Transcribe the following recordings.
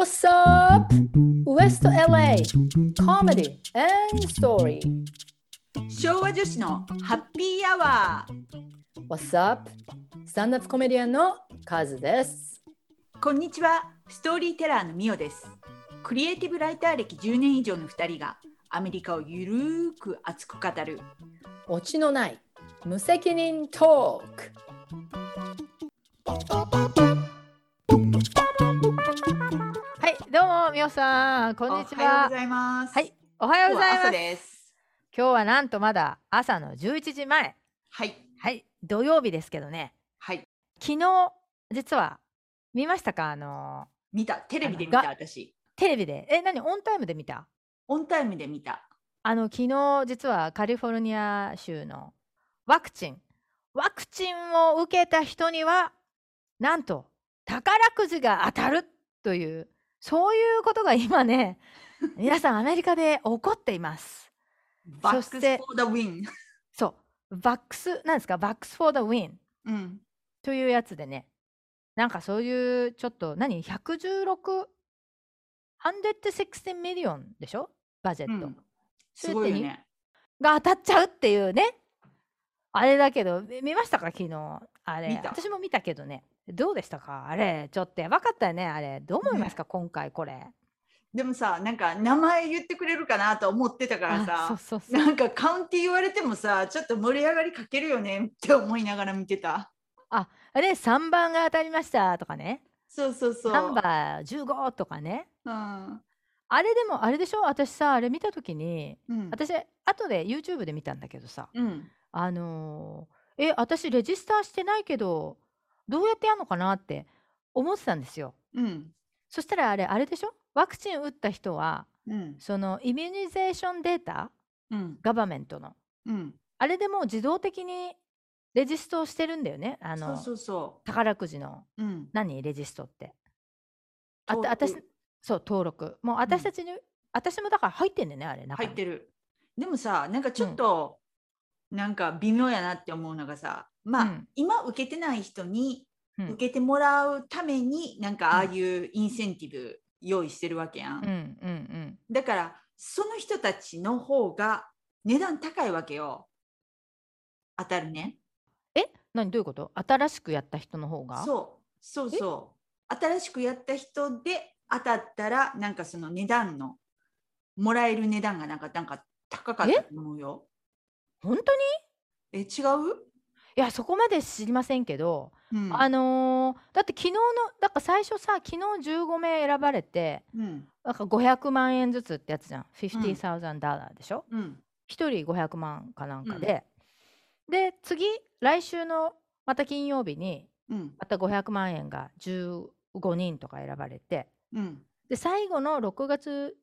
What's up? West LA Comedy and Story. 昭和女子のハッピーアワー。 What's up? スタンダップコメディアンのカズです。 こんにちは、ストーリーテラーのミオです。クリエイティブライター歴10年以上の2人がアメリカをゆるーく熱く語るオチのない無責任トーク。はい、どうもみおさん、こんにちは。 おはようございます。 はい、おはようございます。 今日は朝です。 今日はなんとまだ朝の11時前。 はい。 はい、土曜日ですけどね。 はい。 昨日実は見ましたか？ 見た。テレビで見た、私。 テレビで。何、オンタイムで見た？ オンタイムで見た。 昨日実はカリフォルニア州のワクチンを受けた人にはなんと宝くじが当たるという、そういうことが今ね皆さんアメリカで起こっています。 バックスフォーダウィン。 そう、バックスなんですか？バックスフォーダウィン、 うん、 というやつでね、なんかそういうちょっと116 160ミリオンでしょ、バジェット、 すごいよね。 が当たっちゃうっていうね。あれだけど、見ましたか昨日？あれ私も見たけどね。どうでしたか？あれちょっとやばかったよね。あれどう思いますか、今回これ。 でもさ、なんか名前言ってくれるかなと思ってたからさ、 そうなんかカウンティ言われてもさ、ちょっと盛り上がりかけるよねって思いながら見てた。 あれ3番が当たりましたとかね。 そうそうそう。 ナンバー15とかね。 うん、 あれでもあれでしょ、私さ、あれ見た時に、 うん私後で YouTube で見たんだけどさ、 うん、 私レジスターしてないけどどうやってやるのかなって思ってたんですよ。 うん、 そしたらあれでしょ、ワクチン打った人は、 うん、 そのイミュニゼーションデータ、 うん、 ガバメントの、 うん、 あれでもう自動的にレジストをしてるんだよね。 そうそうそう。 宝くじの、 うん、 何レジストって。 登私録。 そう、登録もう私たちに、私もだから入ってんだよね、あれ中に。 入ってる。でもさ、なんかちょっうんと、なんか微妙やなって思うのがさ、まあ、 うん今受けてない人にうん受けてもらうために、なんかああうんいうインセンティブ用意してるわけやん。 うんうんだからその人たちの方が値段高いわけよ。当たるね。 何、どういうこと？新しくやった人の方が？ そう。新しくやった人で当たったら、なんかその値段のもらえる値段がなんか高かったと思うよ。 本当に？ 違う？ いや、そこまで知りませんけど、 うん、 だって昨日の、だから最初さ、昨日15名選ばれて、 うん、 なんか500万円ずつってやつじゃん。 うん、 $50,000 でしょ？ うん、 1人500万かなんうん、 かで。で、来週のまた金曜日に、 うん、 また500万円が15人とか選ばれて、 うん、 で、最後の6月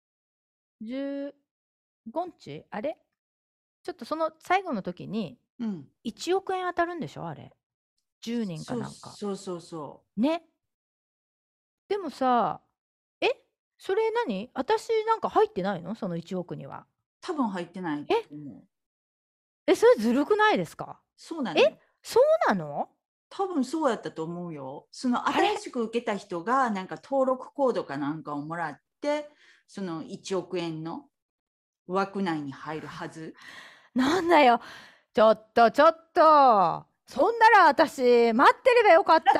15日、あれちょっとその最後の時に、 うん。 1億円当たるんでしょあれ。10人かなんか。 そう。 ね。でもさ、それ何？私なんか入ってないの？その1億には。 多分入ってないと思う。 それずるくないですか？ そうなのよ。 そうなの？ 多分そうやったと思うよ。そのあれ新しく受けた人がなんか登録コードかなんかをもらって、その1億円の枠内に入るはず。 なんだよ。ちょっと。そんなら私、待ってればよかった。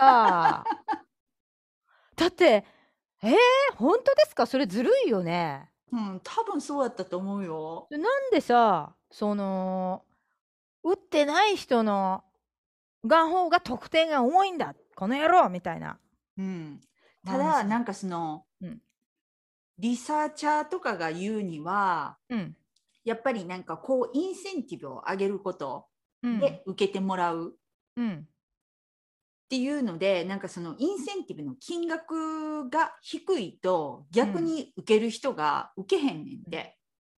だって、本当ですか？それずるいよね。 うん、多分そうやったと思うよ。 なんでさ、打ってない人の方が得点が重いんだ、この野郎みたいな。 うん。たまあだ、なんかその、リサーチャーとかが言うには、やっぱりなんかこう、インセンティブを上げることで受けてもらう。っていうので、なんかそのインセンティブの金額が低いと逆に受ける人が受けへんねんで、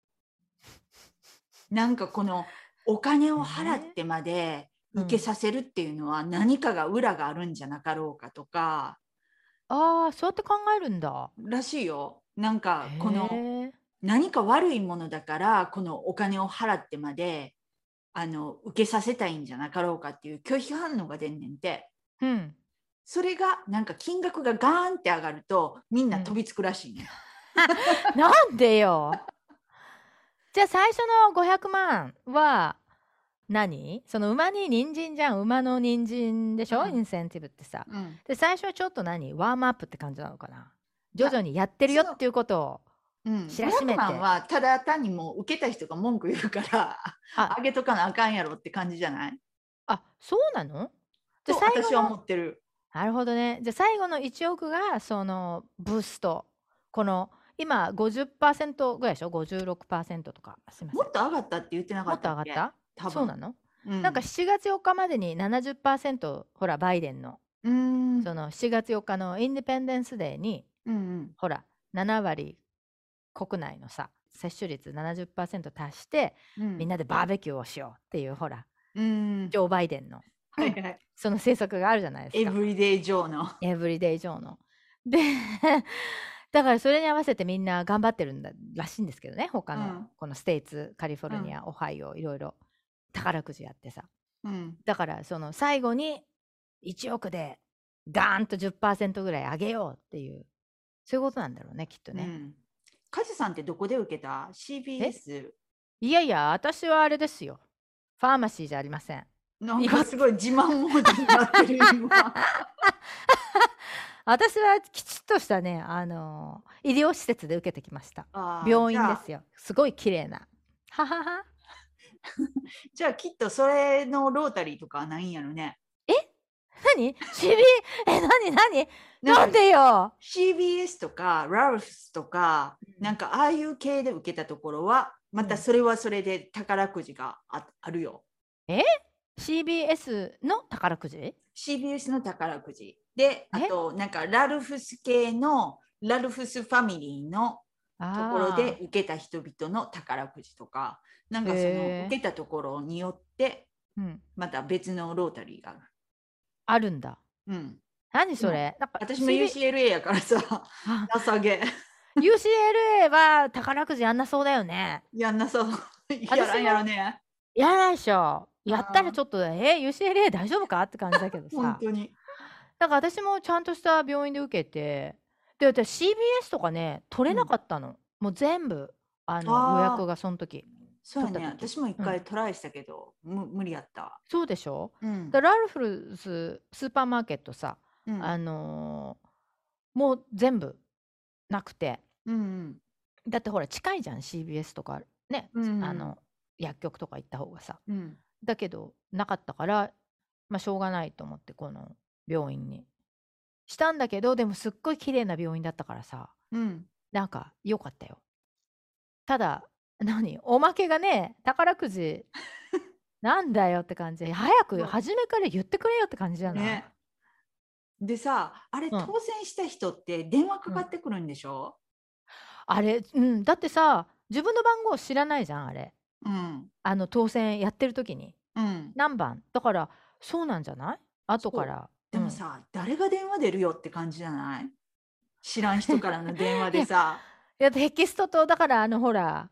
なんかこのお金を払ってまで受けさせるっていうのは何かが裏があるんじゃなかろうかとか。 そうやって考えるんだ。 らしいよ。なんかこの何か悪いものだからこのお金を払ってまで受けさせたいんじゃなかろうかっていう拒否反応が出んねんて。 それがなんか金額がガーンって上がるとみんな飛びつくらしいね。 なんでよ。じゃあ最初の500万は何？その馬に人参じゃん。馬の人参でしょ、インセンティブってさ。で、最初はちょっとワームアップって感じなのかな。徐々にやってるよっていうことを知らしめて。 500万はただ単にもう受けた人が文句言うからあげとかなあかんやろって感じじゃない？ あ、そうなの？ じゃあ私は思ってる。 なるほどね。じゃあ最後の1億がそのブースト。この今 50% ぐらいでしょ？ 56% とか。すいません。 もっと上がったって言ってなかったっけ？ もっと上がった？ 多分そうなの？なんか7月4日までに 70% ほらバイデンのその7月4日のインディペンデンスデーに、ほら7割国内のさ接種率 70% 達して、みんなでバーベキューをしようっていうほら、ジョー・バイデンのその政策があるじゃないですか。 エブリデイ・ジョーの。 エブリデイ・ジョーの。でだからそれに合わせてみんな頑張ってるんだらしいんですけどね、他のこのステイツ、カリフォルニア、オハイオ、いろいろ宝くじやってさ。だからその最後に1億でガーンと 10% ぐらい上げようっていう、そういうことなんだろうね、きっとね。 カズさんってどこで受けた？ CBS？ いやいや、私はあれですよ。ファーマシーじゃありません。 なんかすごい自慢モードになってる今。 私はきちっとしたね、医療施設で受けてきました。病院ですよ。すごい綺麗な。ははは。 じゃあきっとそれのロータリーとかはないんやろね。 何？ 何なんでよ。 CBS とかラルフスとか、なんかああいう系で受けたところはまたそれはそれで宝くじが あるよ。 CBS の宝くじ？ CBS の宝くじで、あとなんかラルフス系のラルフスファミリーのところで受けた人々の宝くじとか、なんかその受けたところによってまた別のロータリーがあるんだ。何それ？ なんか私も UCLA やからさ、情け。 UCLA は宝くじやんなそうだよね。 やんなそう。やらんやろね。 やらないでしょ。やったらちょっとUCLA 大丈夫かって感じだけどさ。 本当に。 だから私もちゃんとした病院で受けて、で私 CBS とかね取れなかったの。もう全部予約がその時。 そうね。私も一回トライしたけど、無理やった。 そうでしょ。ラルフススーパーマーケットさ、もう全部なくて、だってほら近いじゃん CBS とかね、薬局とか行った方がさ、だけどなかったから、まあしょうがないと思ってこの病院にしたんだけど、でもすっごい綺麗な病院だったからさ、なんか良かったよ。ただおまけがね、宝くじなんだよって感じ。早く初めから言ってくれよって感じじゃない？ね。 でさ、あれ当選した人って電話かかってくるんでしょ？ あれ、だってさ、自分の番号知らないじゃん、あれ。当選やってる時に。何番？だから、そうなんじゃない？後から。 でもさ、誰が電話出るよって感じじゃない？知らん人からの電話でさ。 いや、テキストと、だからほら、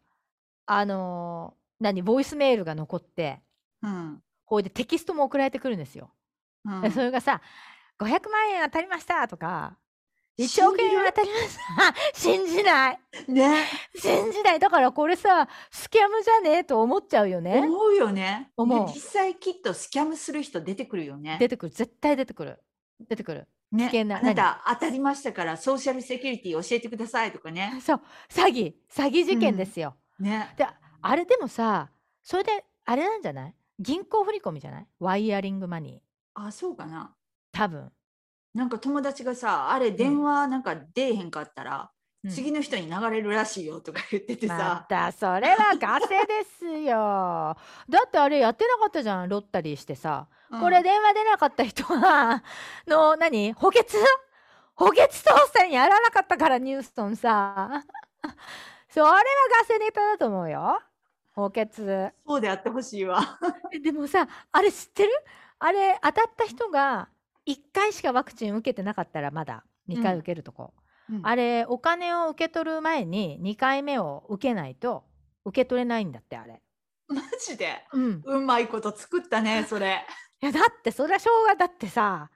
ボイスメールが残って、ほいでテキストも送られてくるんですよ。それがさ、500万円当たりましたとか、1億円当たりました信じない。 ね。 信じない。だからこれさ、スキャムじゃねえと思っちゃうよね。 思うよね。実際きっとスキャムする人出てくるよね。 出てくる。絶対出てくる。出てくる。 ね、あなた当たりましたからソーシャルセキュリティ教えてくださいとかね。 そう、詐欺事件ですよ。 ね。 で、あれでもさ、それであれなんじゃない？銀行振り込みじゃない？ワイヤリングマニー。あ、そうかな。 多分。 なんか友達がさ、あれ電話なんか出えへんかったら、次の人に流れるらしいよとか言っててさ。 またそれはガセですよ。だってあれやってなかったじゃん、ロッタリーしてさ。これ電話出なかった人は補欠当選やらなかったからニューストンさ。それはガセネタだと思うよ。補欠。 そうであってほしいわ。 でもさ、あれ知ってる？あれ当たった人が1回しかワクチン受けてなかったらまだ2回受けるとこ。あれお金を受け取る前に2回目を受けないと受け取れないんだってあれ。 マジで？うまいこと作ったねそれ。 いやだってそれはしょうがだってさ、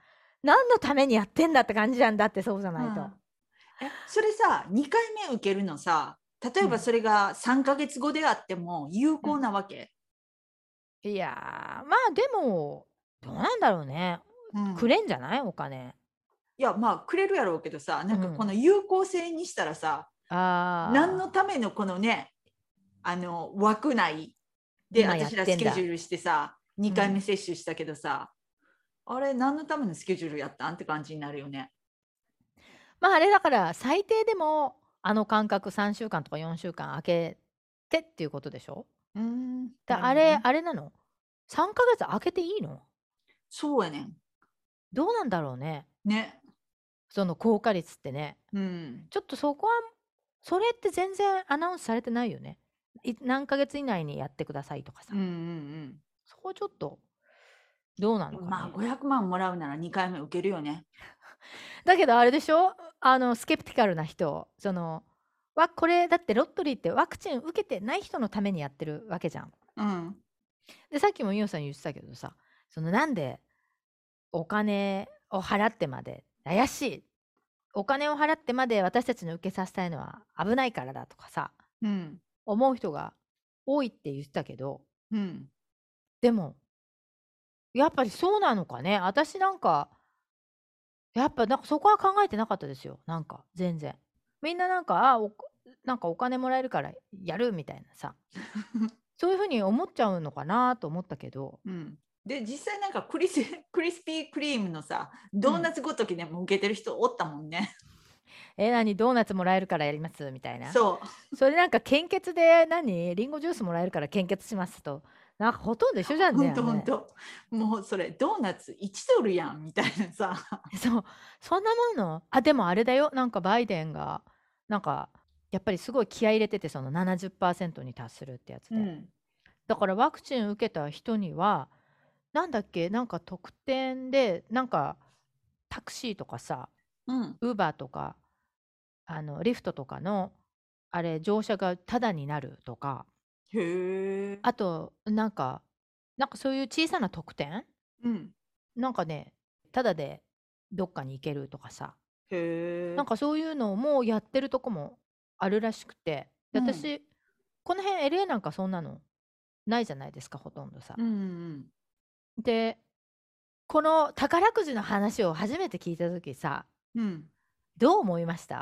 何のためにやってんだって感じなんだって、そうじゃないと。 それさ、2回目受けるのさ、例えばそれが3ヶ月後であっても有効なわけ？ いやー、まあでも、どうなんだろうね。くれんじゃないお金。 いや、まあくれるやろうけどさ、なんかこの有効性にしたらさ、何のためのこのね、枠内で私らスケジュールしてさ、2回目接種したけどさ、あれ何のためのスケジュールやったんって感じになるよね。 まああれだから最低でも間隔3週間とか4週間空けてっていうことでしょ。あれなの ?3 ヶ月空けていいの？ そうやねん。 どうなんだろうね。 ね。 その効果率ってね。ちょっとそこは、それって全然アナウンスされてないよね。何ヶ月以内にやってくださいとかさ。そこちょっと、どうなのかね。 まあ500万もらうなら2回目受けるよね。 だけどあれでしょ、スケプティカルな人、これだってロットリーってワクチン受けてない人のためにやってるわけじゃん。でさっきもイオさん言ってたけどさ、なんでお金を払ってまで怪しい、お金を払ってまで私たちの受けさせたいのは危ないからだとかさ、思う人が多いって言ってたけど、でもやっぱりそうなのかね。私なんかやっぱなんかそこは考えてなかったですよ。なんか全然。みんななんかなんかお金もらえるからやるみたいなさそういうふうに思っちゃうのかなと思ったけど、 で実際なんかクリスピークリームのさドーナツごときでも受けてる人おったもんね。 何ドーナツもらえるからやりますみたいな。 それなんか献血でリンゴジュースもらえるから献血しますと、なんかほとんど一緒じゃんね。 ほんともうそれドーナツ1ドルやんみたいなさそんなもの。でもあれだよ、なんかバイデンがなんかやっぱりすごい気合い入れてて、その 70% に達するってやつで、だからワクチン受けた人にはなんだっけ、なんか特典でなんかタクシーとかさ、ウーバーとかリフトとかのあれ乗車がタダになるとか、あとなんかそういう小さな特典、なんかねタダでどっかに行けるとかさ、なんかそういうのもやってるとこもあるらしくて、私、この辺 LA なんかそんなのないじゃないですか、ほとんどさ。でこの宝くじの話を初めて聞いた時さ、どう思いました？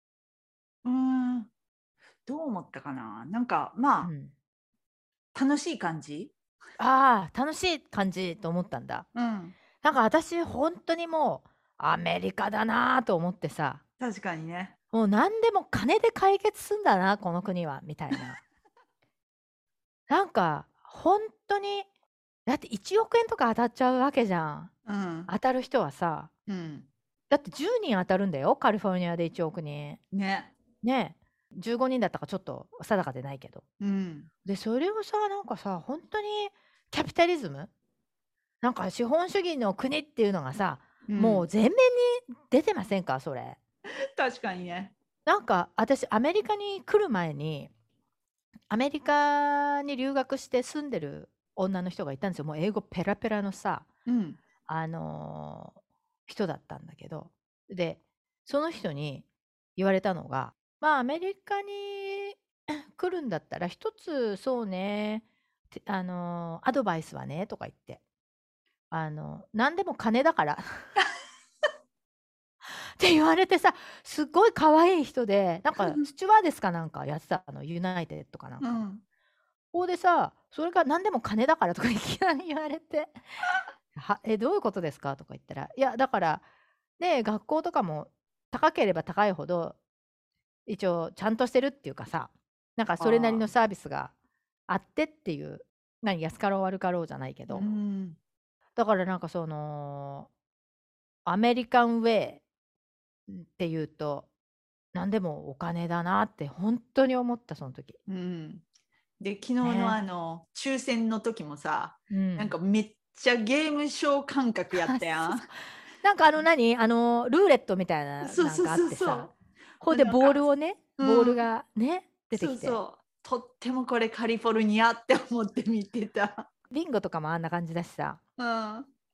どう思ったかな。なんかまあ、楽しい感じ。 楽しい感じと思ったんだ。なんか私本当にもうアメリカだなと思ってさ。 確かにね。 もう何でも金で解決すんだなこの国はみたいな。なんか本当にだって1億円とか当たっちゃうわけじゃん。当たる人はさ。だって10人当たるんだよ、カリフォルニアで1億人。ね。15人だったかちょっと定かでないけど。でそれをさ、なんかさ、本当にキャピタリズム、なんか資本主義の国っていうのがさ、もう前面に出てませんか、それ。 確かにね。 なんか私アメリカに来る前にアメリカに留学して住んでる女の人がいたんですよ。もう英語ペラペラのさ、人だったんだけど、でその人に言われたのが、まあアメリカに来るんだったら一つそうね、アドバイスはねとか言って、何でも金だからって言われてさ、すっごい可愛い人で、なんかスチュワーデスかなんかやってたの、ユナイテッドかなんか。ここでさ、それが何でも金だからとかいきなり言われてどういうことですかとか言ったら、いやだからね、学校とかも高ければ高いほど一応ちゃんとしてるっていうかさ、なんかそれなりのサービスがあってっていう、安かろう悪かろうじゃないけど、だからなんかそのアメリカンウェイっていうと何でもお金だなって本当に思った、その時。 で昨日の抽選の時もさ、なんかめっちゃゲームショー感覚やったやん。 なんかルーレットみたいななんかあってさ、ほんでボールをね、ボールがね出てきて、 とってもこれカリフォルニアって思って見てた。 ビンゴとかもあんな感じだしさ、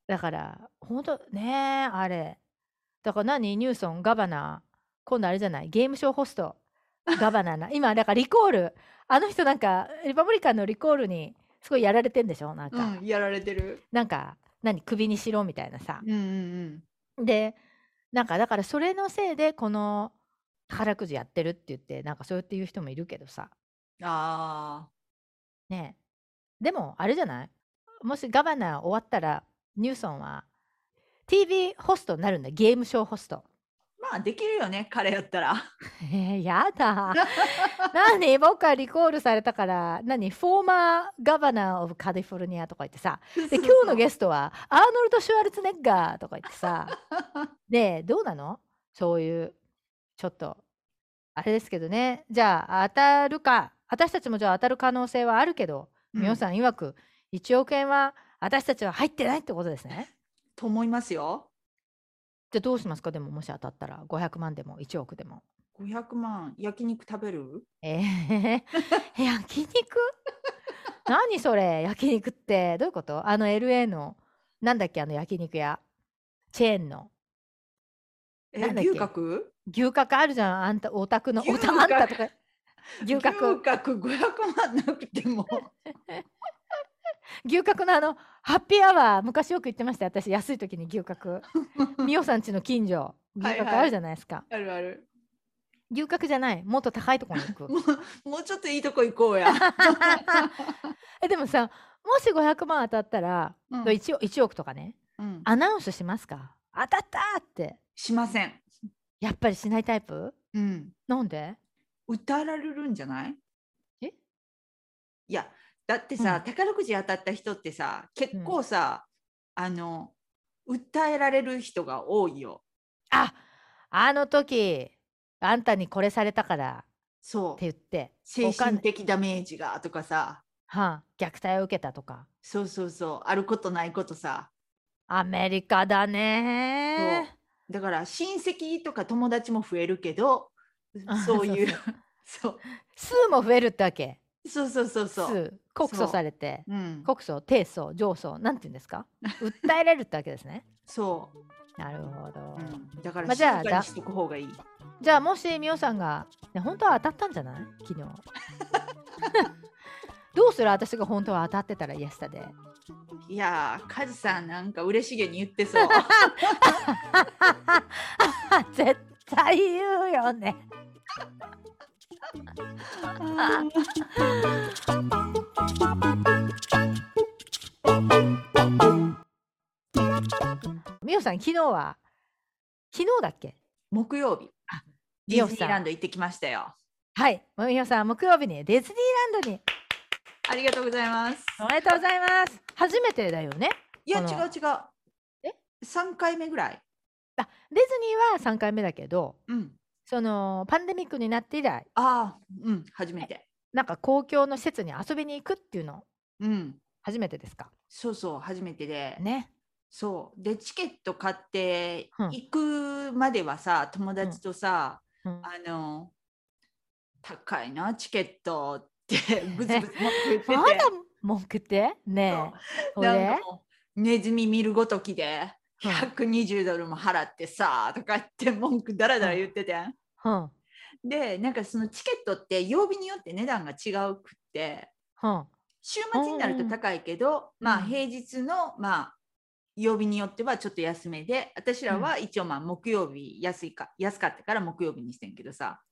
だから本当ね、あれだからニューソンガバナー、今度あれじゃない、ゲームショーホストガバナーな、今だからリコール、あの人なんかリパブリカンのリコールにすごいやられてんでしょ、なんか、 やられてる。 なんか首にしろみたいなさ。でなんかだからそれのせいでこの宝くじやってるって言ってなんかそうやって言う人もいるけどさ。 ああ。 ねえ。でもあれじゃない、もしガバナー終わったらニューソンは TV ホストになるんだ、ゲームショーホスト。 まあできるよね、彼やったら。 やだ。僕はリコールされたから、フォーマーガバナーオブカリフォルニアとか言ってさ、で、今日のゲストはアーノルド・シュワルツェネッガーとか言ってさ、で、どうなのそういう、ちょっと、あれですけどね。じゃあ、当たるか、私たちもじゃあ当たる可能性はあるけど、皆さん曰く、1億円は私たちは入ってないってことですね。 と思いますよ。 じゃあどうしますか、でももし当たったら、500万でも1億でも。 500万、焼肉食べる？ 焼肉何それ、焼肉ってどういうこと？LA のなんだっけ、焼肉屋チェーンのなんだっ牛け、 角？ 牛角あるじゃん、あんたお宅の牛あんたとか牛角牛角500万なくても牛角のハッピーアワー昔よく言ってましたよ、私安い時に牛角美桜さん家の近所牛角あるじゃないですか。 あるある。 牛角じゃない、もっと高いところに行くもうちょっといいとこ行こうやでもさ、もし500万当たったら、1億とかね、アナウンスしますか？当たったって。 しません。 やっぱりしないタイプ？なんで？ 訴えられるんじゃない？ え？ いや、だってさ、宝くじ当たった人ってさ、結構さ、訴えられる人が多いよ。 あの時あんたにこれされたからそうって言って精神的ダメージがとかさ、 虐待を受けたとか。 そうそうそう、あることないことさ。 アメリカだね。 だから親戚とか友達も増えるけど、そういうそう数も増えるってわけ。 そうそうそうそう。 告訴されて、告訴、提訴、上訴、なんて言うんですか？訴えられるってわけですね。 そう。 なるほど。 だから静かにしとく方がいい。 じゃあもしみおさんが、本当は当たったんじゃない？昨日。どうする？私が本当は当たってたらイエスタで。 いやー、カズさんなんか嬉しげに言ってそう。 絶対言うよね。みおさん、昨日だっけ？ 木曜日。ディズニーランド行ってきましたよ。 はい、みおさん、木曜日にディズニーランドに。 ありがとうございます。 おめでとうございます。初めてだよね。 いや、違う。3回目ぐらい。 ディズニーは3回目だけど、そのパンデミックになって以来。 初めて。 なんか公共の施設に遊びに行くっていうの、初めてですか？ そうそう、初めてで。 ね。 そうでチケット買って行くまではさ、友達とさ、高いなチケットってブツブツ文句言ってて。 まだ文句ってねえ。 なんかもうネズミ見るごときで120ドルも払ってさとかって文句だらだら言ってて、でなんかそのチケットって曜日によって値段が違うくって、週末になると高いけど、まあ平日のまあ曜日によってはちょっと安めで、私らは一応まあ木曜日安かったから木曜日にしてんけどさ、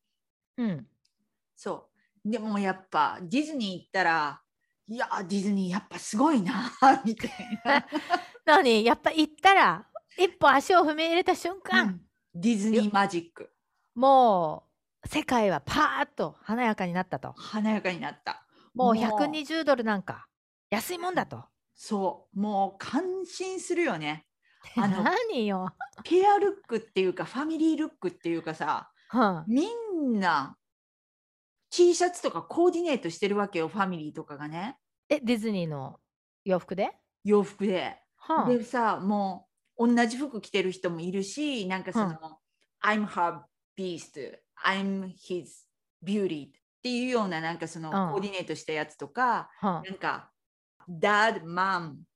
そうでもやっぱディズニー行ったら、いやディズニーやっぱすごいなみたいな。 何やっぱ行ったら一歩足を踏み入れた瞬間、 ディズニーマジック、 もう世界はパーッと華やかになったと。 華やかになった。 もう120ドルなんか安いもんだと。 そうもう感心するよね。 何よ。 ペアルックっていうかファミリールックっていうかさ、みんな T シャツとかコーディネートしてるわけよ、ファミリーとかがね。 ディズニーの洋服で？ 洋服で。でさ、もう同じ服着てる人もいるし、なんかその、I'm her beast, I'm his beauty っていうようななんかそのコーディネートしたやつとか、なんか Dad, Mom,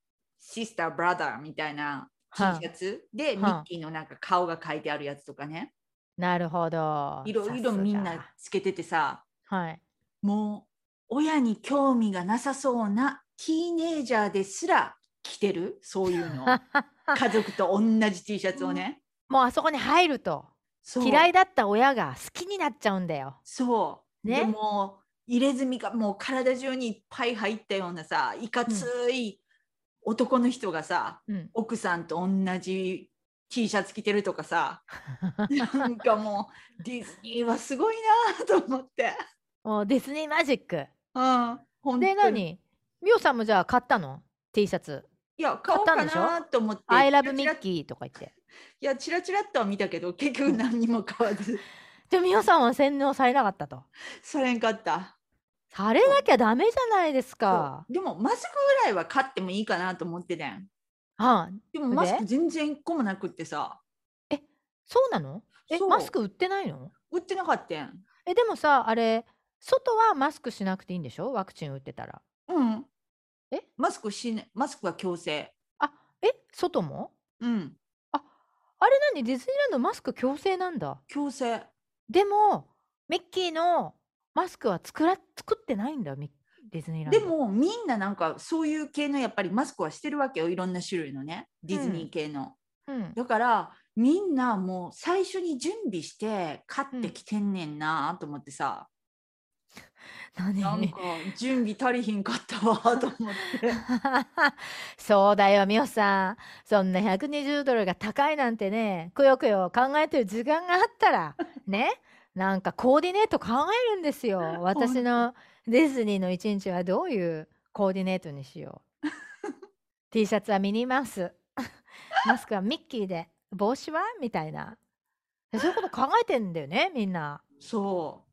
シスターブラザーみたいな T シャツで、ミッキーのなんか顔が書いてあるやつとかね。 なるほど。 いろいろみんなつけててさ、 はい。 もう親に興味がなさそうなティーネイジャーですら着てる、そういうの。家族と同じ T シャツをね。 もうあそこに入ると、嫌いだった親が好きになっちゃうんだよ。 そう。 ね。 でも入れ墨がもう体中にいっぱい入ったようなさ、いかつい男の人がさ、奥さんと同じ T シャツ着てるとかさ、なんかもうディズニーはすごいなと思って。 もうディズニーマジック。 本で、 当に。 何ミオさんもじゃあ買ったの ?T シャツ。 いや、買おうかなと思って。 I love Mickey とか言って。 いや、チラチラっとは見たけど、結局何にも買わず。 でもミオさんは洗脳されなかったと。 されんかった。 されなきゃダメじゃないですか。 でもマスクぐらいは買ってもいいかなと思ってたん。でもマスク全然1個もなくってさ。 そうなの？マスク売ってないの？ 売ってなかったん。 でもさ、あれ、外はマスクしなくていいんでしょ？ワクチン打ってたら。 マスクは強制。 外も？ うん。 あれ何？ディズニーランドマスク強制なんだ。 強制。 でも、ミッキーのマスクは作ってないんだ、ディズニーランド。 でもみんななんかそういう系のやっぱりマスクはしてるわけよ。いろんな種類のね。ディズニー系の。だからみんなもう最初に準備して買ってきてんねんなと思ってさ。なんか準備足りひんかったわと思って。 そうだよ、ミオさん。そんな$120が高いなんてね、くよくよ考えてる時間があったら、ね、なんかコーディネート考えるんですよ。私のディズニーの一日はどういうコーディネートにしよう。T シャツはミニマウス。マスクはミッキーで、帽子はみたいな。そういうこと考えてんだよね、みんな。 そう。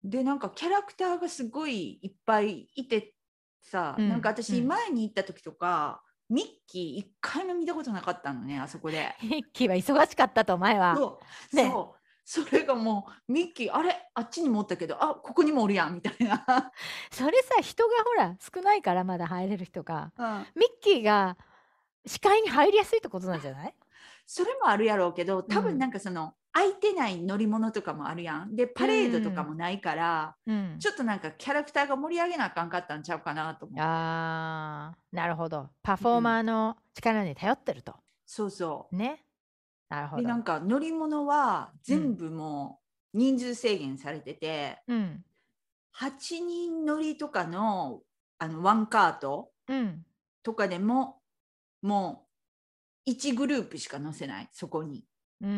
で、なんかキャラクターがすごいいっぱいいてさ、なんか私前に行った時とか、ミッキー一回も見たことなかったのね、あそこで。 ミッキーは忙しかったと、前は。 そう。それがもう、ミッキー、あれあっちにもおったけど、あ、ここにもおるやん、みたいな。 それさ、人がほら、少ないからまだ入れる人が。ミッキーが視界に入りやすいってことなんじゃない？ それもあるやろうけど、多分なんかその、空いてない乗り物とかもあるやん。で、パレードとかもないから、ちょっとなんかキャラクターが盛り上げなあかんかったんちゃうかなと思って。 なるほど。パフォーマーの力に頼ってると。 そうそう。 ね。なるほど。 で、なんか乗り物は全部もう人数制限されてて、8人乗りとかのワンカートとかでも、もう1グループしか乗せない、そこに。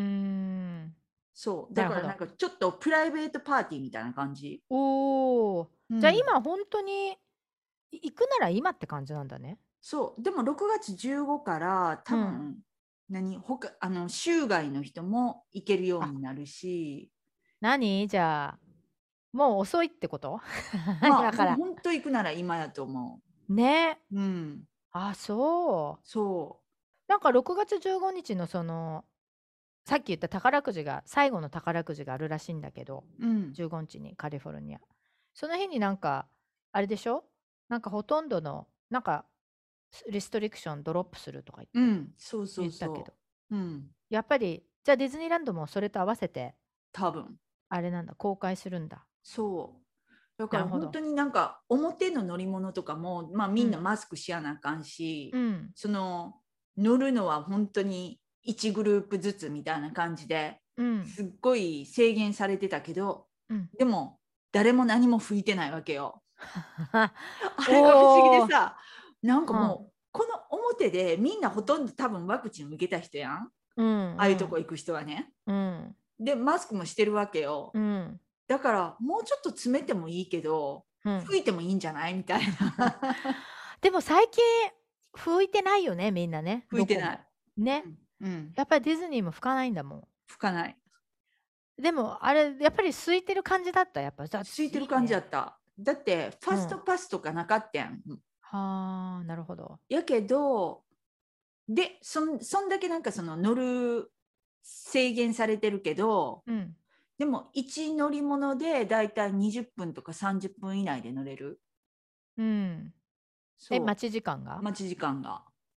そう。だからなんかちょっとプライベートパーティーみたいな感じ。 じゃあ今本当に行くなら今って感じなんだね。 そう。でも6月15から多分、州外の人も行けるようになるし。 じゃあもう遅いってこと？ まあ本当行くなら今やと思う。ね。そう。 そう。 なんか6月15日のそのさっき言った宝くじが最後の宝くじがあるらしいんだけど、15日にカリフォルニア。その日になんかあれでしょ？なんかほとんどのなんかリストリクションドロップするとか言って言ったけど、やっぱりじゃあディズニーランドもそれと合わせて多分あれなんだ、公開するんだ。 そうだから本当になんか表の乗り物とかも、まあ、みんなマスクしやなあかんし、その乗るのは本当に1グループずつみたいな感じで、すっごい制限されてたけど、でも誰も何も吹いてないわけよ。あれが不思議でさ、なんかもうこの表でみんなほとんど多分ワクチン受けた人やん、ああいうとこ行く人はね。でマスクもしてるわけよ。だからもうちょっと詰めてもいいけど、吹いてもいいんじゃないみたいな。 でも最近吹いてないよね、みんなね。 吹いてない。 ね。やっぱりディズニーも吹かないんだもん。 吹かない。 でもあれやっぱり空いてる感じだった。やっぱ空いてる感じだった。だってファストパスとかなかったやん。 はあ、なるほど。 やけどでそんだけなんかその乗る制限されてるけど、でも1乗り物でだいたい20分とか30分以内で乗れる。 待ち時間が？ 待ち時間が。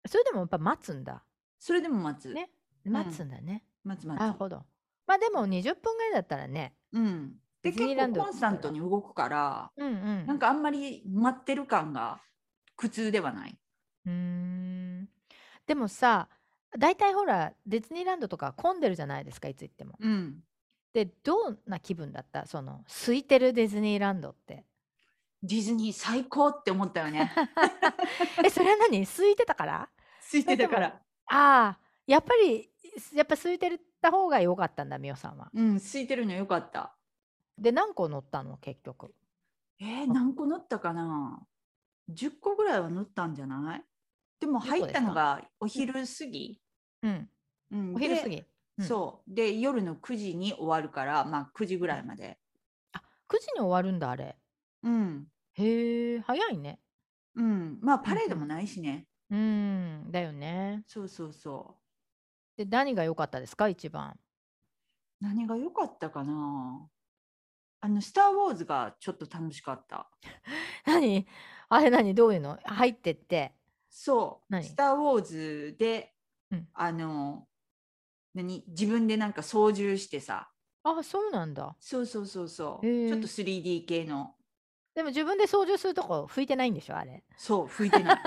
それでもやっぱ待つんだ。 それでも待つ。 ね。待つんだね。 待つ待つ。 なるほど。まあでも20分ぐらいだったらね。 で、結構コンスタントに動くから、なんかあんまり待ってる感が苦痛ではない。 でもさ、大体ほら、ディズニーランドとか混んでるじゃないですか、いつ行っても。で、どんな気分だった？その、空いてるディズニーランドって。 ディズニー最高って思ったよね。 それは何？空いてたから？ 空いてたから。 ああ、やっぱ空いてた方が良かったんだ、みおさんは。 空いてるの良かった。 で、何個乗ったの、結局。 何個乗ったかな？10個ぐらいは乗ったんじゃない？でも入ったのがお昼過ぎ。 お昼過ぎ。 そう。で、夜の9時に終わるから、まあ9時ぐらいまで。 あ、9時に終わるんだ、あれ。へえ、早いね。 まあパレードもないしね。 だよね。 そうそうそう。 で、何が良かったですか、一番。 何が良かったかな？スター・ウォーズがちょっと楽しかった。 何？あれ何？どういうの？入ってって。 そう。スター・ウォーズで、自分でなんか操縦してさ。 あ、そうなんだ。 そうそうそうそう。ちょっと 3D 系の。 でも自分で操縦するとこ拭いてないんでしょ、あれ。 そう、拭いてない。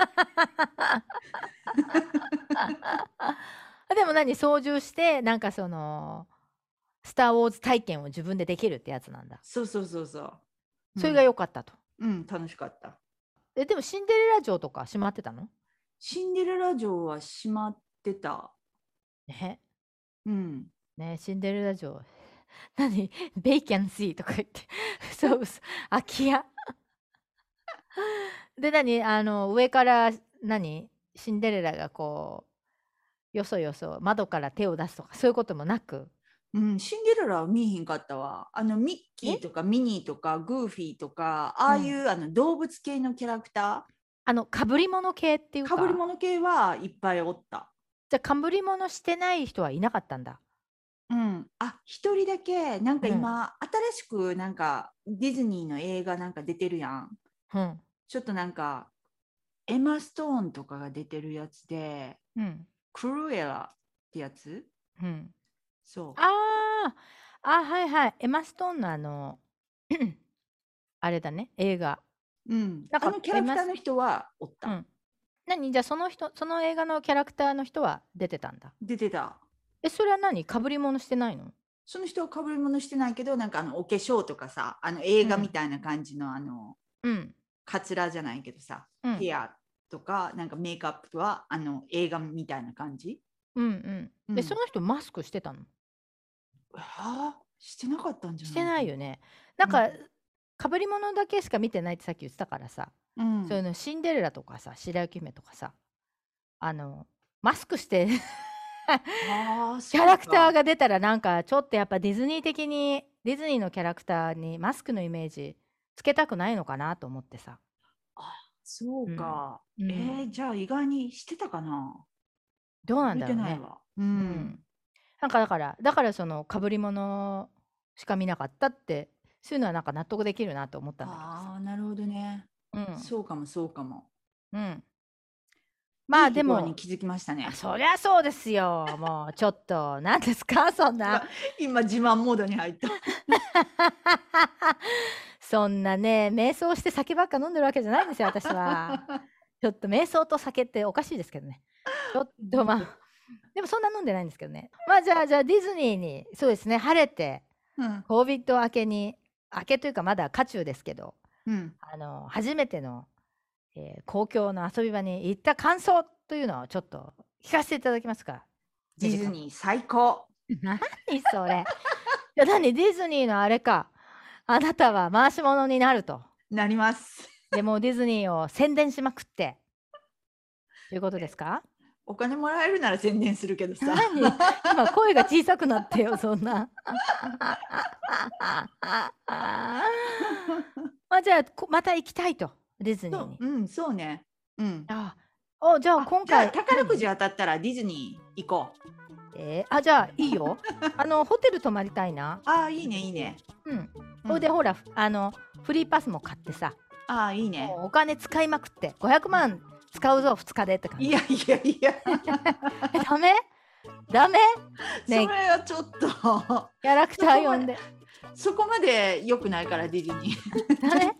でも操縦して、なんかその、スター・ウォーズ体験を自分でできるってやつなんだ。 そうそうそうそう。 それが良かったと。 楽しかった。 でもシンデレラ城とか閉まってたの？ シンデレラ城は閉まってた。 ね。 ね、 シンデレラ城。ベイキャンシーとか言って。そう、空き家。で、上から、シンデレラがこう、よそよそ窓から手を出すとか、そういうこともなく。 シンデレラは見えへんかったわ。ミッキーとかミニーとかグーフィーとか、ああいう動物系のキャラクター。かぶり物系っていうか。 かぶり物系はいっぱいおった。 じゃあ、かぶり物してない人はいなかったんだ。 一人だけ、なんか今、新しくなんかディズニーの映画なんか出てるやん。ちょっとなんか、エマ・ストーンとかが出てるやつで、クルエラってやつ？そう。 はいはい。エマ・ストーンのあれだね、映画。 キャラクターの人はおった。 じゃあその映画のキャラクターの人は出てたんだ。 出てた。 それはかぶり物してないの？ その人はかぶり物してないけど、なんかお化粧とかさ、映画みたいな感じのカツラじゃないけどさ、ヘアとか、なんかメイクアップは映画みたいな感じ。 で、その人マスクしてたの？ してなかったんじゃない？ してないよね。なんか、かぶり物だけしか見てないってさっき言ってたからさ、そういうのシンデレラとかさ、白雪姫とかさ、マスクしてキャラクターが出たらなんかちょっとやっぱディズニー的にディズニーのキャラクターにマスクのイメージつけたくないのかなと思ってさ。 そうか。じゃあ意外にしてたかな？ どうなんだろうね。なんかだからそのかぶり物しか見なかったってそういうのはなんか納得できるなと思ったんだけどさ。 なるほどね。そうかもそうかも。 まあでもに気づきましたね。 そりゃそうですよ。もうちょっと何ですかそんな。 今自慢モードに入った。 そんなね瞑想して酒ばっか飲んでるわけじゃないんですよ私は。ちょっと瞑想と酒っておかしいですけどね。ちょっとまあでもそんな飲んでないんですけどね。まあじゃあディズニーにそうですね晴れて、COVID 明けというかまだ渦中ですけど、初めての、公共の遊び場に行った感想というのをちょっと聞かせていただけますか？ ディズニー最高。 何それ。ディズニーのあれか。あなたは回し物になると。 なります。 でもディズニーを宣伝しまくって。ということですか？ お金もらえるなら宣伝するけどさ。 今声が小さくなってよそんな。じゃあまた行きたいとディズニーに。そうね。 じゃあ今回宝くじ当たったらディズニー行こう。じゃあいいよ。ホテル泊まりたいな。 いいねいいね。 それでほらフリーパスも買ってさ。 いいね。 お金使いまくって500万使うぞ2日でって感じ。 いやいやいやダメダメ、 ね、それはちょっとキャラクター呼んでそこまで良くないからディズニーダメ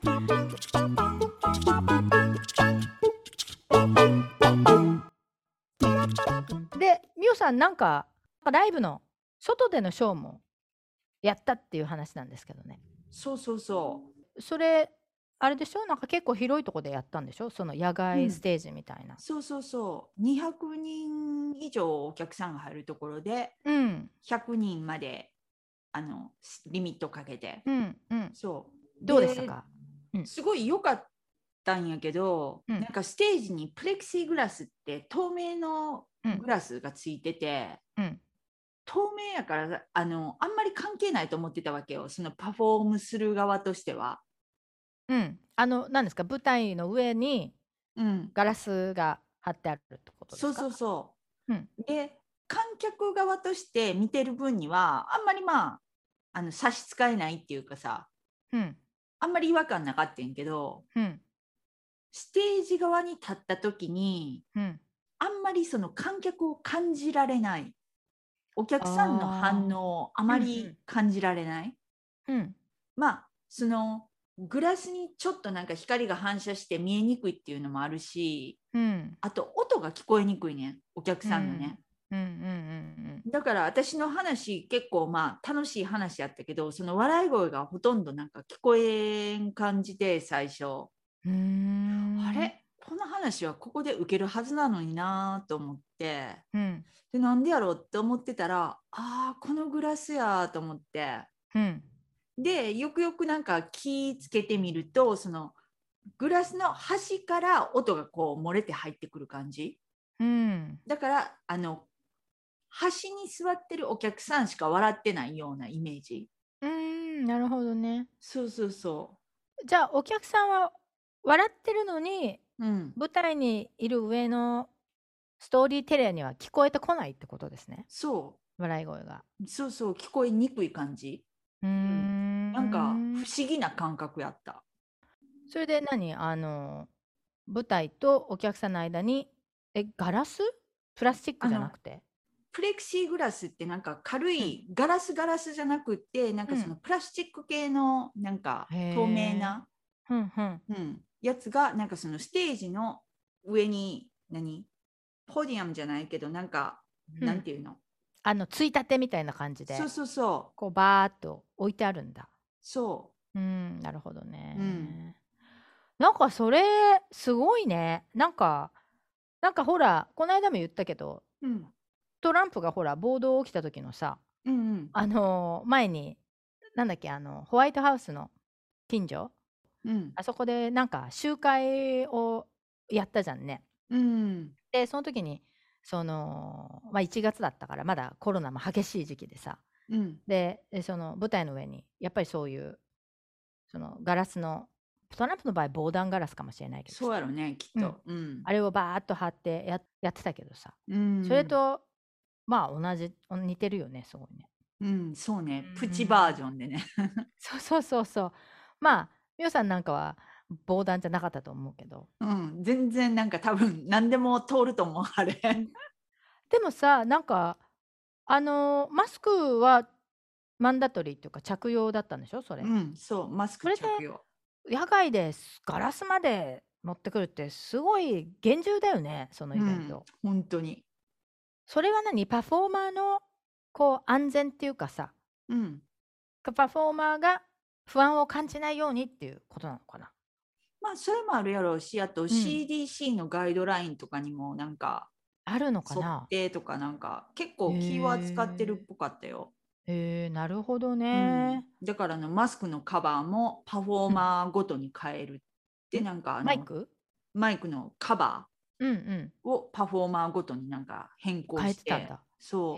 で、みおさんなんかライブの外でのショーもやったっていう話なんですけどね。 そうそうそう。 それあれでしょ、なんか結構広いところでやったんでしょ、その野外ステージみたいな。 そうそうそう。200人以上お客さんが入るところで、100人までリミットかけて。そうどうでしたか？ すごい良かったんやけど、なんかステージにプレクシーグラスって透明のグラスがついてて、透明やからあんまり関係ないと思ってたわけよ、そのパフォームする側としては。 何ですか、舞台の上にガラスが貼ってあるってことですか？ そうそうそう。で観客側として見てる分にはあんまり差し支えないっていうかさ、あんまり違和感なかったんやけど、ステージ側に立った時に、あんまりその観客を感じられない、お客さんの反応をあまり感じられない。そのグラスにちょっとなんか光が反射して見えにくいっていうのもあるし、あと音が聞こえにくいね、お客さんのね。だから私の話結構楽しい話やったけど、その笑い声がほとんどなんか聞こえん感じで最初、あれこの話はここで受けるはずなのになと思って、でなんでやろうって思ってたら、このグラスやと思って、でよくよくなんか気つけてみると、そのグラスの端から音がこう漏れて入ってくる感じ、だから端に座ってるお客さんしか笑ってないようなイメージ。 なるほどね。 そうそうそう。 じゃあお客さんは笑ってるのに、舞台にいる上のストーリーテレーには聞こえてこないってことですね。 そう。 笑い声が。 そうそう、聞こえにくい感じ。なんか不思議な感覚やった。 それで舞台とお客さんの間にガラス？プラスチックじゃなくて？ プレクシーグラスってなんか軽いガラスじゃなくて、なんかそのプラスチック系のなんか透明なやつがなんかそのステージの上にポディアムじゃないけどなんか、なんていうの、 ついたてみたいな感じで、 そうそうそう、 こうバーっと置いてあるんだ。 そう。 なるほどね。なんかそれすごいね。なんかほらこの間も言ったけど、トランプがほら暴動起きた時のさ、前になんだっけ、ホワイトハウスの近所、あそこでなんか集会をやったじゃんね。でその時に1月だったからまだコロナも激しい時期でさ、でその舞台の上にやっぱりそういうそのガラスの、トランプの場合防弾ガラスかもしれないけど、 そうやろねきっと、 あれをバーッと貼ってやってたけどさ、それと似てるよね、すごいね。 そうね、プチバージョンでねそうみおさんなんかは防弾じゃなかったと思うけど、 全然なんか多分何でも通ると思うあれでもさ、なんかマスクはマンダトリーっていうか着用だったんでしょ、それ。 そう、マスク着用。 野外でガラスまで持ってくるってすごい厳重だよね、そのイベント。 本当に。 それはパフォーマーのこう安全っていうかさ、パフォーマーが不安を感じないようにっていうことなのかな。 それもあるやろうし、あと CDC のガイドラインとかにもなんかあるのかな。 沿ってとかなんか結構気は使ってるっぽかったよ。 なるほどね。 だからマスクのカバーもパフォーマーごとに変えるってなんかマイクのカバーをパフォーマーごとになんか変更して変えてたんだ。 そう。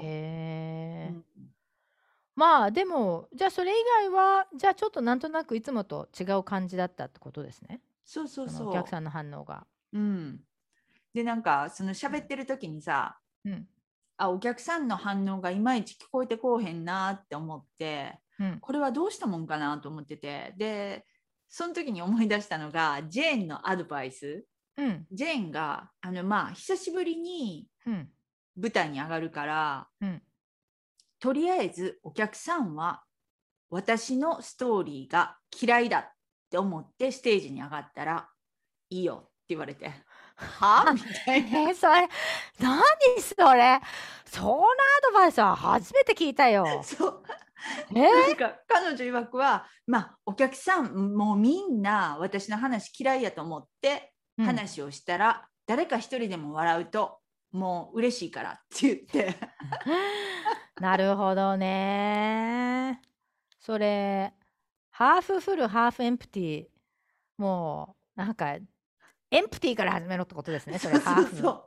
でもじゃあそれ以外はじゃあちょっとなんとなくいつもと違う感じだったってことですね。 そうそうそう。 お客さんの反応が。 でなんかその喋ってる時にさ、お客さんの反応がいまいち聞こえてこうへんなって思って、これはどうしたもんかなと思ってて、でその時に思い出したのがジェーンのアドバイス。 ジェーンが久しぶりに舞台に上がるから、とりあえずお客さんは私のストーリーが嫌いだって思ってステージに上がったらいいよって言われて、はみたいな。 それ、何それ。そんなアドバイスは初めて聞いたよ。 そう。なんか彼女曰くは、お客さんもうみんな私の話嫌いやと思って話をしたら、誰か一人でも笑うともう嬉しいからって言ってなるほどね。それ、ハーフフル、ハーフエンプティ、もう、なんか、エンプティから始めろってことですね、それ、ハーフ。 そう。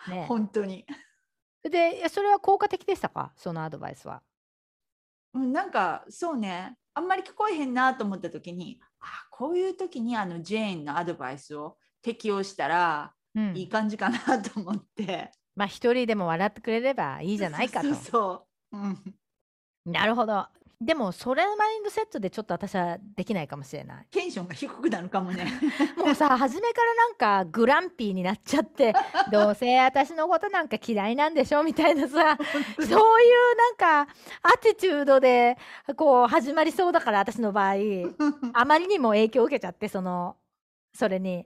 ね、本当に。 で、それは効果的でしたか、そのアドバイスは。 なんか、そうね、あんまり聞こえへんなと思った時に、こういう時にジェーンのアドバイスを適用したら、いい感じかなと思って。 一人でも笑ってくれればいいじゃないかと。 そう。 なるほど。でもそれのマインドセットでちょっと私はできないかもしれない。 テンションが低くなるかもね。 もうさ、初めからなんかグランピーになっちゃってどうせ私のことなんか嫌いなんでしょみたいなさそういうなんかアティチュードでこう始まりそうだから、私の場合あまりにも影響を受けちゃって、それに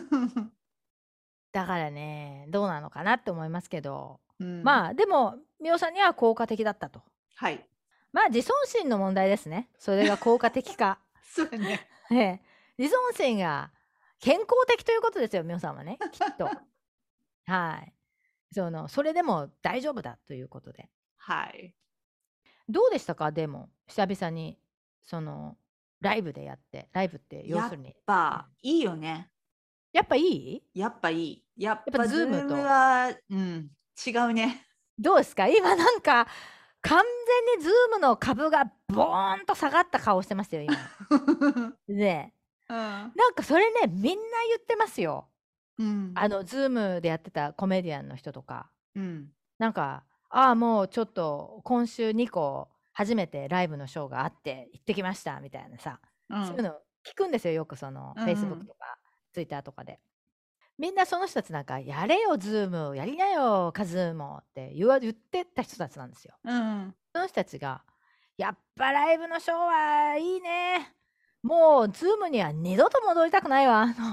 だからね、どうなのかなって思いますけど、でもミオさんには効果的だったと。 はい。 自尊心の問題ですね。それが効果的か。 そうね。 自尊心が健康的ということですよ、ミオさんはね、きっと。はい。それでも大丈夫だということで。 はい。 どうでしたか、でも、久々に、ライブでやって、ライブって要するに。 やっぱいいよね。 やっぱいい？ やっぱいい。やっぱズームとは、違うね。 どうですか？今なんか、完全にズームの株がボーンと下がった顔してますよ、今。ね。なんかそれね、みんな言ってますよ。ズームでやってたコメディアンの人とか。なんか、もうちょっと今週2個初めてライブのショーがあって行ってきましたみたいなさ、そういうの聞くんですよ、よくFacebook とか Twitter とかで。みんなその人たちなんか、やれよ、ズーム、やりなよ、カズーもって言ってた人たちなんですよ。その人たちが、やっぱライブのショーはいいね。もう、ズームには二度と戻りたくないわ。って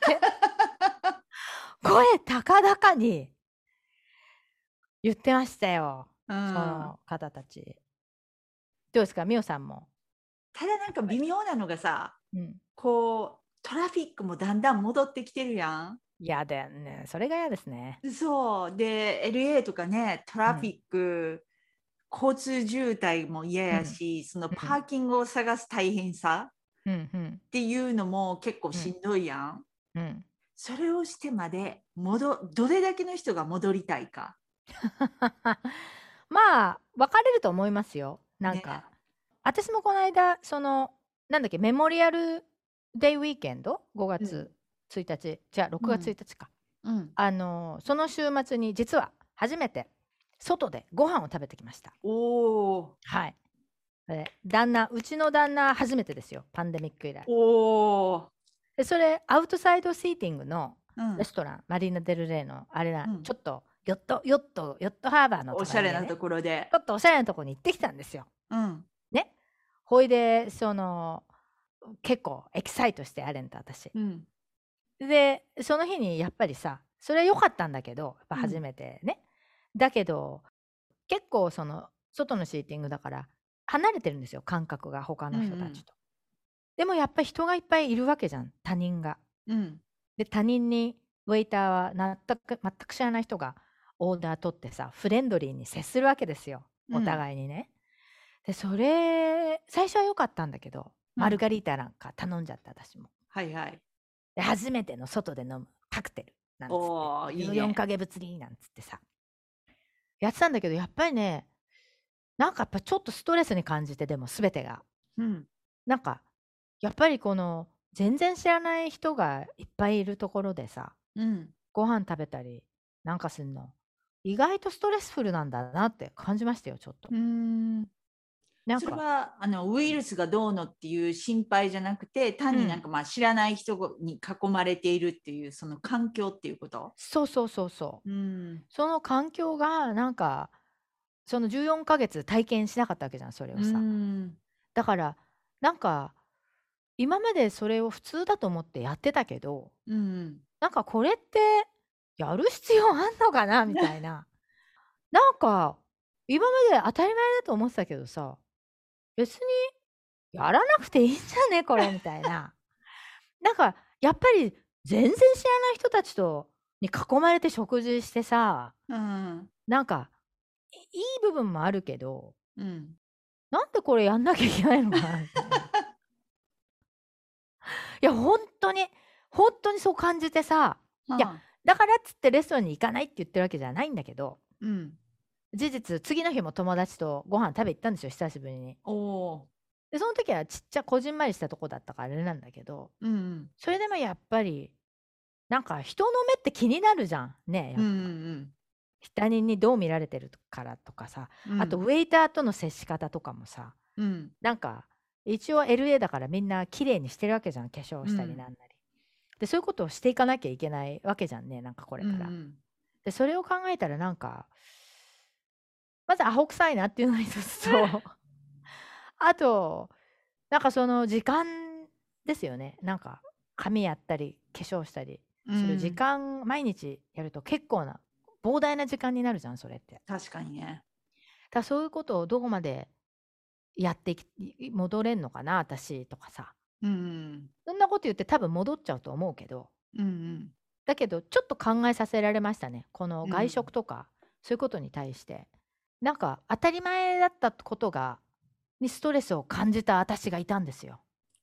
声高々に言ってましたよ、その方たち。どうですか、ミオさんも。 ただなんか微妙なのがさ、こうトラフィックもだんだん戻ってきてるやん。 嫌だよね。それが嫌ですね。 そうで LA とかね、トラフィック、交通渋滞も嫌やし、そのパーキングを探す大変さっていうのも結構しんどいやん。それをしてまでどれだけの人が戻りたいか。 分かれると思いますよ。なんか、私もこの間なんだっけ、メモリアルデイウィーケンド5月1日、じゃあ6月1日か、その週末に実は初めて外でご飯を食べてきました。はい。うちの旦那初めてですよ、パンデミック以来。でそれアウトサイドシーティングのレストラン、マリーナ・デル・レイのあれちょっとヨットハーバーのところで、 おしゃれなところでちょっとおしゃれなところに行ってきたんですよ。ね。ほいで結構エキサイトしてアレンと私。でその日にやっぱりさ、それは良かったんだけど、やっぱ初めてね。だけど結構外のシーティングだから離れてるんですよ、感覚が他の人たちと。でもやっぱり人がいっぱいいるわけじゃん、他人が。で他人にウェイターは全く知らない人がオーダー取ってさ、フレンドリーに接するわけですよ、お互いにね。でそれ最初は良かったんだけど、マルガリータなんか頼んじゃった、私も。で初めての外で飲むカクテルなんつって、14ヶ月ぶりなんつってさやってたんだけど、やっぱりね、なんかやっぱちょっとストレスに感じて、でも全てが。なんかやっぱり全然知らない人がいっぱいいるところでさ、ご飯食べたりなんかするの意外とストレスフルなんだなって感じましたよ、ちょっと。なんそれはウイルスがどうのっていう心配じゃなくて、単になんかまあ知らない人に囲まれているっていう、その環境っていうこと。 そうそうそうそう。その環境がなんかその14ヶ月体験しなかったわけじゃん、それをさ。だからなんか今までそれを普通だと思ってやってたけど、なんかこれってやる必要あんのかなみたいな。なんか今まで当たり前だと思ってたけどさ、別にやらなくていいんじゃねこれみたいな。なんかやっぱり全然知らない人たちに囲まれて食事してさ、なんかいい部分もあるけど、なんでこれやんなきゃいけないのかなみたいな。いや本当にそう感じてさ、いやだからっつってレストランに行かないって言ってるわけじゃないんだけど、事実次の日も友達とご飯食べ行ったんですよ、久しぶりに。でその時はちっちゃこじんまりしたとこだったからあれなんだけど、それでもやっぱりなんか人の目って気になるじゃんね。やっぱ他人にどう見られてるからとかさ、あとウェイターとの接し方とかもさ、なんか一応 LA だからみんな綺麗にしてるわけじゃん、化粧したりなんなり。でそういうことをしていかなきゃいけないわけじゃんね、なんかこれから。でそれを考えたらなんかまずアホ臭いなっていうのが一つとあとなんかその時間ですよね。なんか髪やったり化粧したりする時間、毎日やると結構な膨大な時間になるじゃん、それって。 確かにね。 だそういうことをどこまでやって戻れんのかな私とかさ、そんなこと言って多分戻っちゃうと思うけど、だけどちょっと考えさせられましたね、この外食とか、そういうことに対してなんか当たり前だったことにストレスを感じた私がいたんですよ。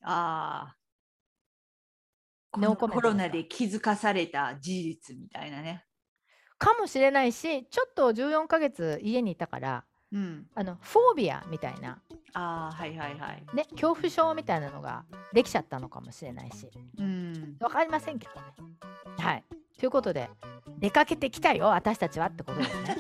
コロナで気づかされた事実みたいなね。 かもしれないし、ちょっと14ヶ月家にいたから、フォービアみたいな、ね、恐怖症みたいなのができちゃったのかもしれないし、わかりませんけどね。はい。ということで、出かけてきたよ、私たちはってことですね。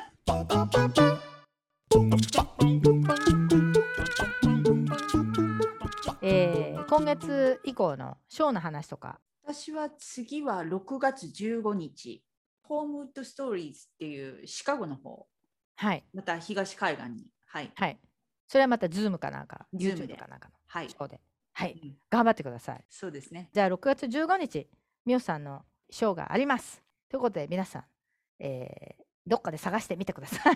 今月以降のショーの話とか。 私は次は6月15日、ホームウッドストーリーズっていうシカゴの方、また東海岸に、 それはまた Zoom かなんか、YouTube かなんかのショーで、頑張ってください。 そうですね。 じゃあ6月15日、みおさんのショーがあります。ということで皆さん、どっかで探してみてください。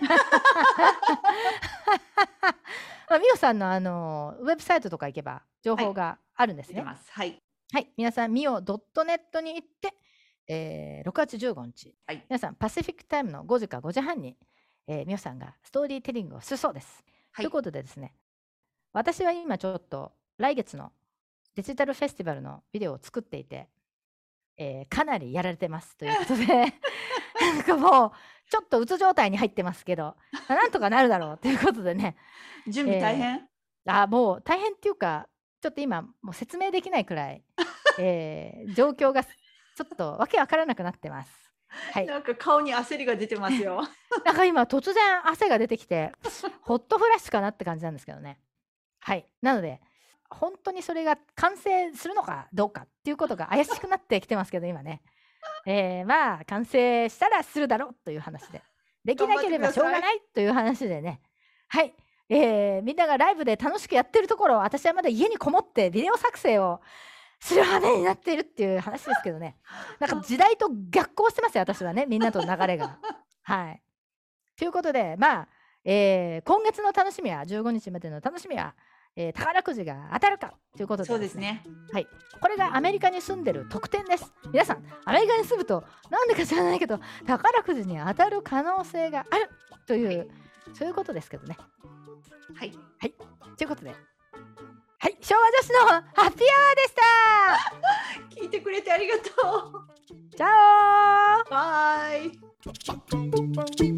みおさんのウェブサイトとか行けば情報があるんですね。 はい。 皆さん、みお .net に行って、6月15日、皆さん、パシフィックタイムの5時か5時半に、みおさんがストーリーテリングをするそうです。ということでですね、私は今ちょっと来月のデジタルフェスティバルのビデオを作っていて、かなりやられてますということでなんかもうちょっとうつ状態に入ってますけど、なんとかなるだろうということでね。 準備大変？ もう大変っていうか、ちょっと今もう説明できないくらい、状況がちょっとわけわからなくなってます。 なんか顔に焦りが出てますよ。 なんか今突然汗が出てきてホットフラッシュかなって感じなんですけどね。なので本当にそれが完成するのかどうかっていうことが怪しくなってきてますけど今ね。まあ完成したらするだろうという話で、できなければしょうがないという話でね。みんながライブで楽しくやってるところを私はまだ家にこもってビデオ作成をする羽目になっているっていう話ですけどね。なんか時代と逆行してますよ私はね、みんなと流れが。ということでまあ、今月の楽しみは15日までの楽しみは、宝くじが当たるかということで、 そうですね。 これがアメリカに住んでる特典です。皆さんアメリカに住むとなんでか知らないけど宝くじに当たる可能性があるという、そういうことですけどね。ということで、昭和女子のハッピーアワーでした。 聞いてくれてありがとう。 チャオ。 バイ。